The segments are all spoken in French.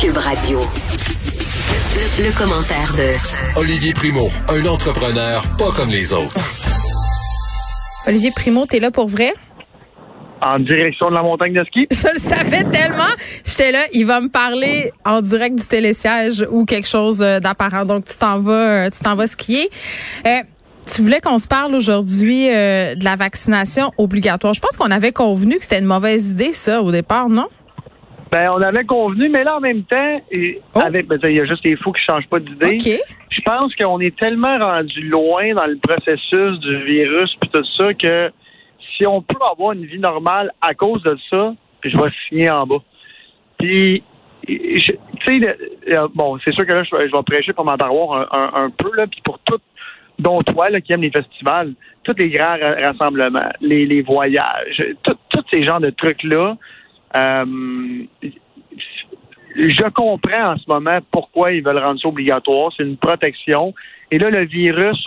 Cube Radio. Le commentaire de Olivier Primo, un entrepreneur pas comme les autres. Olivier Primo, t'es là pour vrai? En direction de la montagne de ski. Je le savais tellement. J'étais là, il va me parler en direct du télésiège ou quelque chose d'apparent. Donc, tu t'en vas skier. Tu voulais qu'on se parle aujourd'hui de la vaccination obligatoire. Je pense qu'on avait convenu que c'était une mauvaise idée, ça, au départ, non? Ben, on avait convenu, mais là, en même temps, il y a juste les fous qui changent pas d'idée. Okay. Je pense qu'on est tellement rendu loin dans le processus du virus puis tout ça que si on peut avoir une vie normale à cause de ça, je vais signer en bas. Puis, tu sais, bon, c'est sûr que là, je vais prêcher pour m'entaroir un peu, là, puis pour tout, dont toi, là, qui aime les festivals, tous les grands rassemblements, les voyages, tous ces genres de trucs-là, je comprends en ce moment pourquoi ils veulent rendre ça obligatoire. C'est une protection. Et là, le virus,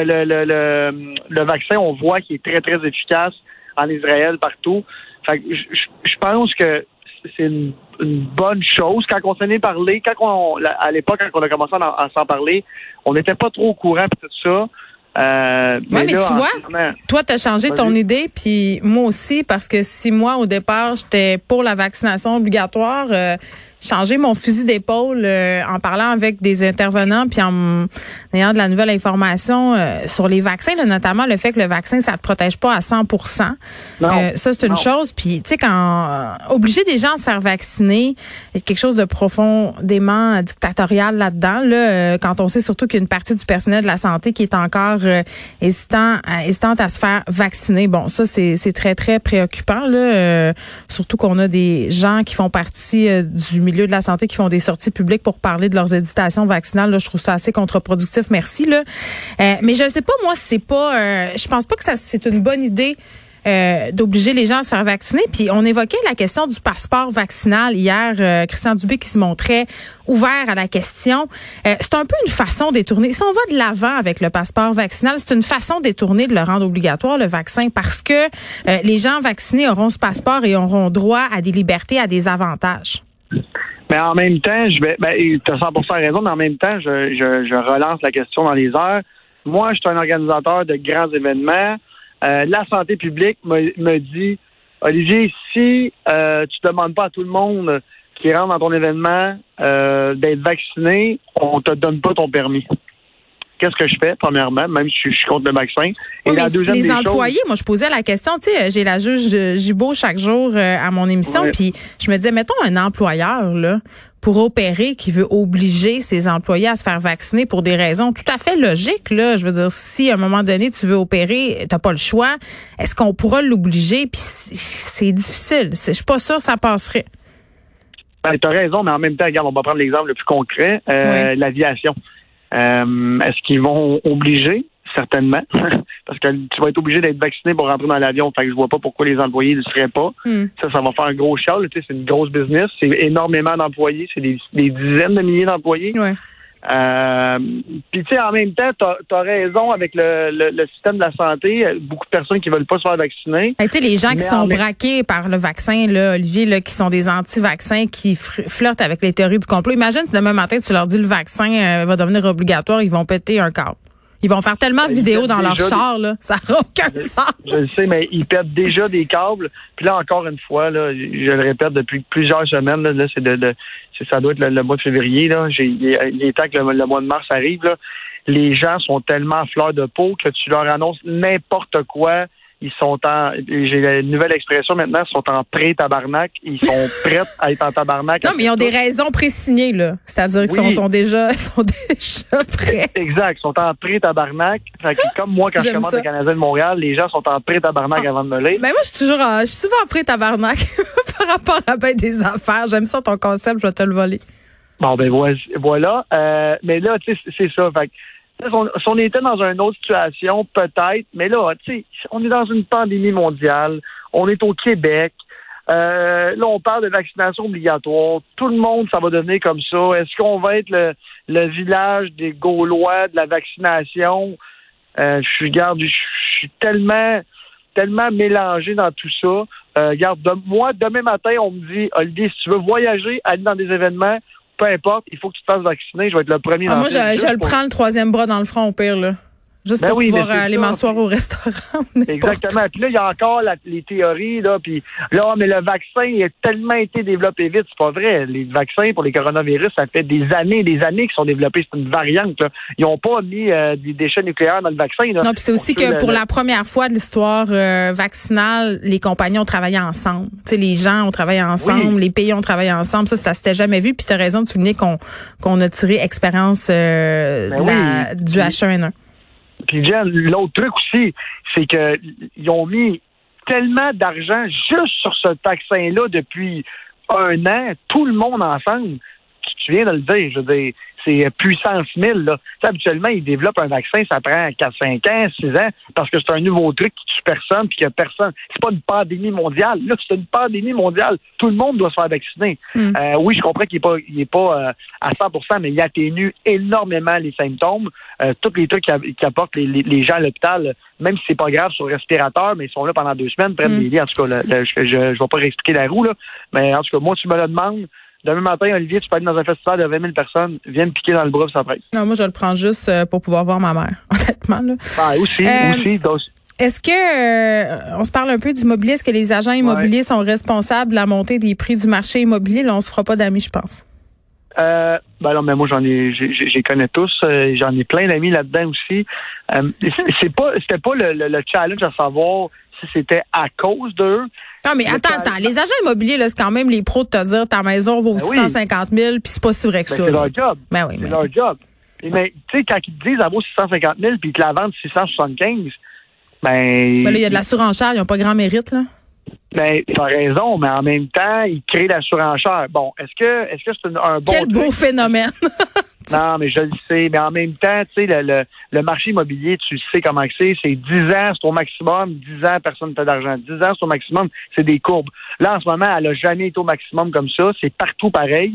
le vaccin, on voit qu'il est très, très efficace en Israël, partout. Fait que je pense que c'est une bonne chose. Quand on s'en est parlé, à l'époque, quand on a commencé à s'en parler, on n'était pas trop au courant de tout ça. Mais tu vois, toi, tu as changé ton idée, puis moi aussi, parce que si moi, au départ, j'étais pour la vaccination obligatoire, changer mon fusil d'épaule en parlant avec des intervenants, puis en ayant de la nouvelle information sur les vaccins, là, notamment le fait que le vaccin, ça te protège pas à 100%. Ça, c'est une chose. Puis, tu sais, quand obliger des gens à se faire vacciner, il y a quelque chose de profondément dictatorial là-dedans. Là, quand on sait surtout qu'il y a une partie du personnel de la santé qui est encore hésitante à se faire vacciner. Bon, ça, c'est très, très préoccupant, là. Surtout qu'on a des gens qui font partie du milieu de la santé qui font des sorties publiques pour parler de leurs hésitations vaccinales. Là, je trouve ça assez contre-productif. Merci, là. Mais je ne sais pas, moi, si c'est pas... je pense pas que c'est une bonne idée d'obliger les gens à se faire vacciner. Puis on évoquait la question du passeport vaccinal hier. Christian Dubé qui se montrait ouvert à la question. C'est un peu une façon détournée. Si on va de l'avant avec le passeport vaccinal, c'est une façon détournée de le rendre obligatoire, le vaccin, parce que les gens vaccinés auront ce passeport et auront droit à des libertés, à des avantages. Mais en même temps, tu as 100% raison, mais en même temps, je relance la question dans les airs. Moi, je suis un organisateur de grands événements. La santé publique me dit, Olivier, si tu demandes pas à tout le monde qui rentre dans ton événement d'être vacciné, on te donne pas ton permis. Qu'est-ce que je fais, premièrement, même si je suis contre le vaccin? Et la deuxième les des employés, choses, moi, je posais la question, tu sais, j'ai la juge Gibault chaque jour à mon émission, puis je me disais, mettons un employeur, là, pour opérer, qui veut obliger ses employés à se faire vacciner pour des raisons tout à fait logiques, là. Je veux dire, si à un moment donné, tu veux opérer, t'as pas le choix, est-ce qu'on pourra l'obliger? Puis c'est difficile. Je suis pas sûre que ça passerait. Ben, t'as raison, mais en même temps, regarde, on va prendre l'exemple le plus concret, l'aviation. Est-ce qu'ils vont obliger? Certainement. Parce que tu vas être obligé d'être vacciné pour rentrer dans l'avion. Fait que je vois pas pourquoi les employés ne le seraient pas. Ça va faire un gros chial. Tu sais, c'est une grosse business. C'est énormément d'employés. C'est des dizaines de milliers d'employés. Ouais. Puis tu sais, en même temps, t'as raison avec le système de la santé. Beaucoup de personnes qui veulent pas se faire vacciner. Tu sais, les gens qui sont braqués par le vaccin, là, Olivier, là, qui sont des anti-vaccins, qui flirtent avec les théories du complot. Imagine si demain matin, tu leur dis le vaccin va devenir obligatoire, ils vont péter un câble. Ils vont faire tellement de vidéos dans leur char, là, ça n'a aucun sens. Je le sais, mais ils pètent déjà des câbles. Puis là, encore une fois, là, je le répète depuis plusieurs semaines, là, ça doit être le mois de février, là. Il est temps que le mois de mars arrive, là. Les gens sont tellement à fleur de peau que tu leur annonces n'importe quoi. Ils sont j'ai la nouvelle expression maintenant, ils sont en pré-tabarnak. Ils sont prêts à être en tabarnak. Non, mais ils ont des raisons présignées, là. C'est-à-dire qu'ils sont déjà prêts. Exact. Ils sont en pré-tabarnak. Fait que comme moi, quand je commande le Canadien de Montréal, les gens sont en pré-tabarnak avant de me lire. Ben moi, je suis souvent en pré-tabarnak par rapport à ben des affaires. J'aime ça, ton concept, je vais te le voler. Bon, ben, voilà. Mais là, tu sais, c'est ça. Fait que, si on était dans une autre situation, peut-être, mais là, tu sais, on est dans une pandémie mondiale, on est au Québec, là, on parle de vaccination obligatoire, tout le monde, ça va devenir comme ça. Est-ce qu'on va être le village des Gaulois de la vaccination? Je suis tellement mélangé dans tout ça. Regarde, moi, demain matin, on me dit, Olivier, si tu veux voyager, aller dans des événements, peu importe, il faut que tu te fasses vacciner, je vais être le premier. Moi, je le prends le troisième bras dans le front au pire, là. Juste pour pouvoir aller m'asseoir au restaurant. Exactement. Puis là, il y a encore les théories, là, puis là, mais le vaccin, il a tellement été développé vite, c'est pas vrai. Les vaccins pour les coronavirus, ça fait des années qu'ils sont développés. C'est une variante, là. Ils n'ont pas mis des déchets nucléaires dans le vaccin, là. Non, puis c'est aussi que pour la première fois de l'histoire vaccinale, les compagnies ont travaillé ensemble. Tu sais, les gens ont travaillé ensemble, les pays ont travaillé ensemble. Ça s'était jamais vu. Puis tu as raison de souligner qu'on a tiré expérience du H1N1. Puis Jen, l'autre truc aussi, c'est que ils ont mis tellement d'argent juste sur ce vaccin-là depuis 1 an, tout le monde ensemble. Tu viens de le dire, je veux dire, c'est puissance 1000, là. T'sais, habituellement, ils développent un vaccin, ça prend 4, 5 ans, 6 ans, parce que c'est un nouveau truc qui tue personne, puis que personne. C'est pas une pandémie mondiale. Là, c'est une pandémie mondiale. Tout le monde doit se faire vacciner. Oui, je comprends qu'il est pas à 100%, mais il atténue énormément les symptômes. Tous les trucs qui apportent les gens à l'hôpital, même si c'est pas grave sur le respirateur, mais ils sont là pendant 2 semaines, prennent des lits. En tout cas, je vais pas réexpliquer la roue, là. Mais en tout cas, moi, tu me le demandes. Demain matin, Olivier, tu peux être dans un festival de 20 000 personnes, viens me piquer dans le bras, ça presse. Non, moi, je le prends juste pour pouvoir voir ma mère, honnêtement. Là. Aussi. Est-ce que, on se parle un peu d'immobilier, est-ce que les agents immobiliers sont responsables de la montée des prix du marché immobilier? Là, on se fera pas d'amis, je pense. Non, mais moi, j'y connais tous. J'en ai plein d'amis là-dedans aussi. C'était pas le challenge à savoir si c'était à cause d'eux. Non, mais attends. Les agents immobiliers, là, c'est quand même les pros de te dire ta maison vaut 650 000, puis c'est pas si vrai que ça. C'est leur job. C'est leur job. Mais, tu sais, quand ils te disent elle vaut 650 000, puis ils te la vendent 675, là, il y a de la surenchère, ils n'ont pas grand mérite, là. Ben, t'as raison, mais en même temps, ils créent la surenchère. Bon, est-ce que c'est un bon Quel truc? beau phénomène! Non, mais je le sais. Mais en même temps, tu sais, le marché immobilier, tu sais comment c'est. C'est 10 ans, c'est au maximum. 10 ans, personne ne fait d'argent. 10 ans, c'est au maximum. C'est des courbes. Là, en ce moment, elle n'a jamais été au maximum comme ça. C'est partout pareil.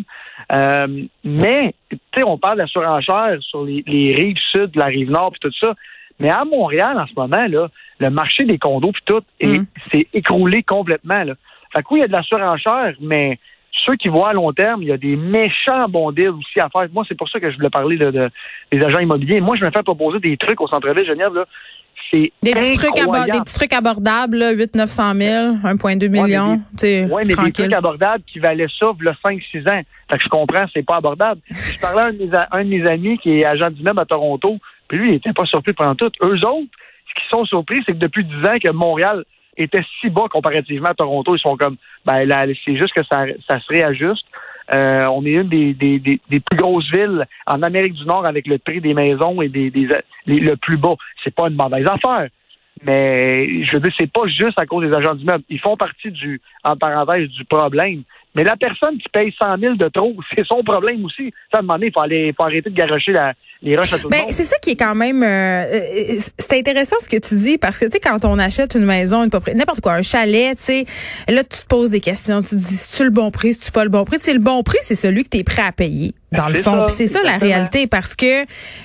Mais, tu sais, on parle de la surenchère sur les rives sud, la rive nord, puis tout ça. Mais à Montréal, en ce moment, là, le marché des condos, puis tout, c'est écroulé complètement, là. Fait que oui, il y a de la surenchère, mais ceux qui voient à long terme, il y a des méchants bons deals aussi à faire. Moi, c'est pour ça que je voulais parler des agents immobiliers. Moi, je me fais proposer des trucs au centre-ville, Geneviève, là. C'est des petits trucs abordables, là, 800-900 000, 1,2 million. Oui, mais des trucs abordables qui valaient ça, il y a 5-6 ans. Fait que je comprends, c'est pas abordable. Je parlais à un de mes amis qui est agent d'immeuble à Toronto, puis lui, il était pas surpris pendant tout. Eux autres, ce qu'ils sont surpris, c'est que depuis 10 ans que Montréal était si bas comparativement à Toronto, ils sont comme, là, c'est juste que ça se réajuste. On est une des plus grosses villes en Amérique du Nord avec le prix des maisons et le plus bas. C'est pas une mauvaise affaire. Mais, je veux dire, c'est pas juste à cause des agents d'immeuble. Ils font partie en parenthèse, du problème. Mais la personne qui paye 100 000 de trop, c'est son problème aussi. Ça, à un moment donné, il faut arrêter de garocher les roches à tout le monde. C'est ça qui est quand même... c'est intéressant ce que tu dis, parce que, tu sais, quand on achète une maison, une propriété, n'importe quoi, un chalet, tu sais, là, tu te poses des questions. Tu te dis, c'est-tu le bon prix, c'est-tu pas le bon prix? Tu sais, le bon prix, c'est celui que tu es prêt à payer, dans le fond. Puis c'est ça, la réalité, parce que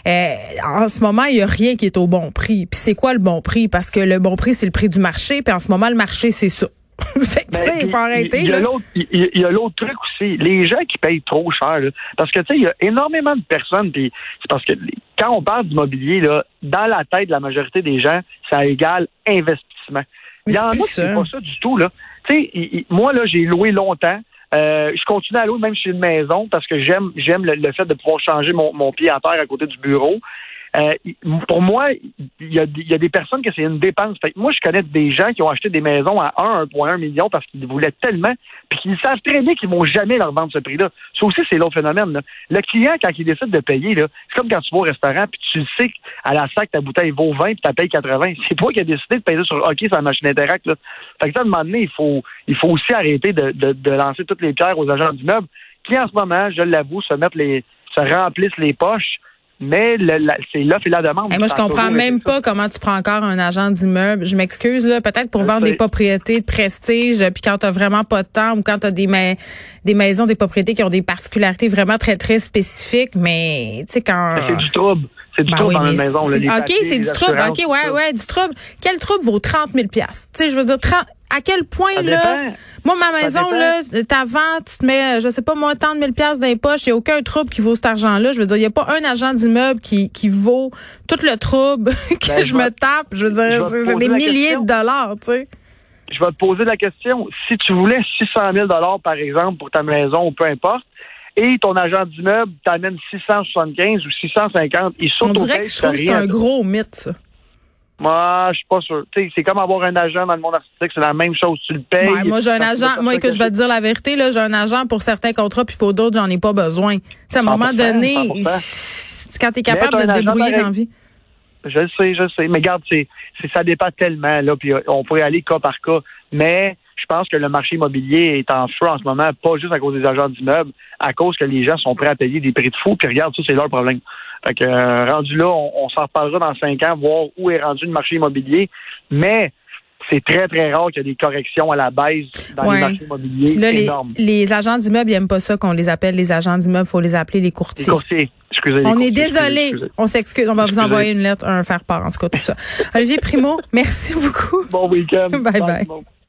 en ce moment, il y a rien qui est au bon prix. Puis c'est quoi le bon prix? Parce que le bon prix, c'est le prix du marché, puis en ce moment, le marché, c'est ça. Fait que, tu sais, il faut arrêter. Il y a l'autre truc aussi. Les gens qui payent trop cher, là, parce que, tu sais, il y a énormément de personnes, puis c'est parce que quand on parle d'immobilier, là, dans la tête de la majorité des gens, ça égale investissement. Il y en a qui c'est pas ça du tout, là. Tu sais, moi, là, j'ai loué longtemps. Je continue à louer même chez une maison parce que j'aime le fait de pouvoir changer mon pied à terre à côté du bureau. Pour moi, il y a des personnes que c'est une dépense. Fait que moi, je connais des gens qui ont acheté des maisons à 1,1 million parce qu'ils voulaient tellement, puis qu'ils savent très bien qu'ils vont jamais leur vendre ce prix-là. Ça aussi, c'est l'autre phénomène, là. Le client, quand il décide de payer, là, c'est comme quand tu vas au restaurant, puis tu sais qu'à la sac, ta bouteille vaut 20, puis tu payes 80. C'est toi qui as décidé de payer sur OK, sur la machine Interact, là. Fait que ça, à un moment donné, il faut aussi arrêter de lancer toutes les pierres aux agents d'immeubles qui, en ce moment, je l'avoue, se remplissent les poches. Mais c'est l'offre et la demande. Moi, je comprends même pas comment tu prends encore un agent d'immeuble. Je m'excuse, là, peut-être pour vendre des propriétés de prestige, puis quand t'as vraiment pas de temps ou quand t'as des maisons, des propriétés qui ont des particularités vraiment très, très spécifiques, mais tu sais, quand... C'est du trouble. C'est du trouble dans une maison. Là, OK, c'est du trouble. OK, ouais, du trouble. Quel trouble vaut 30 000 $? Tu sais, je veux dire, à quel point, là, moi, ma maison, là, t'avant, tu te mets, je sais pas, moi, tant de 1000 $ dans les poches, il n'y a aucun trouble qui vaut cet argent-là. Je veux dire, il n'y a pas un agent d'immeuble qui vaut tout le trouble que je me tape. Je veux dire, c'est des milliers de dollars, tu sais. Je vais te poser la question. Si tu voulais 600 000 $ par exemple, pour ta maison ou peu importe, et ton agent d'immeuble t'amène 675 ou 650, il saute au fait. On dirait que je trouve que c'est un gros mythe, ça. Moi, je suis pas sûr. T'sais, c'est comme avoir un agent dans le monde artistique, c'est la même chose. Tu le payes. Ouais, moi, j'ai un agent. Moi, écoute, je vais te dire la vérité, là, j'ai un agent pour certains contrats, puis pour d'autres, j'en ai pas besoin. T'sais, à un moment donné, quand t'es capable de te débrouiller dans la vie. Je sais. Mais regarde, ça dépend tellement, là, puis on pourrait aller cas par cas. Mais je pense que le marché immobilier est en feu en ce moment, pas juste à cause des agents d'immeubles, à cause que les gens sont prêts à payer des prix de fou, puis regarde, ça, c'est leur problème. Fait que, rendu là, on s'en reparlera dans 5 ans, voir où est rendu le marché immobilier. Mais c'est très, très rare qu'il y ait des corrections à la baisse dans les marchés immobiliers. Là, énormes. Les agents d'immeubles, ils n'aiment pas ça qu'on les appelle les agents d'immeubles. Il faut les appeler les courtiers. Les courtiers. Excusez. On est désolé. On s'excuse. On va vous envoyer une lettre, un faire-part, en tout cas, tout ça. Olivier Primo, merci beaucoup. Bon week-end. Bye.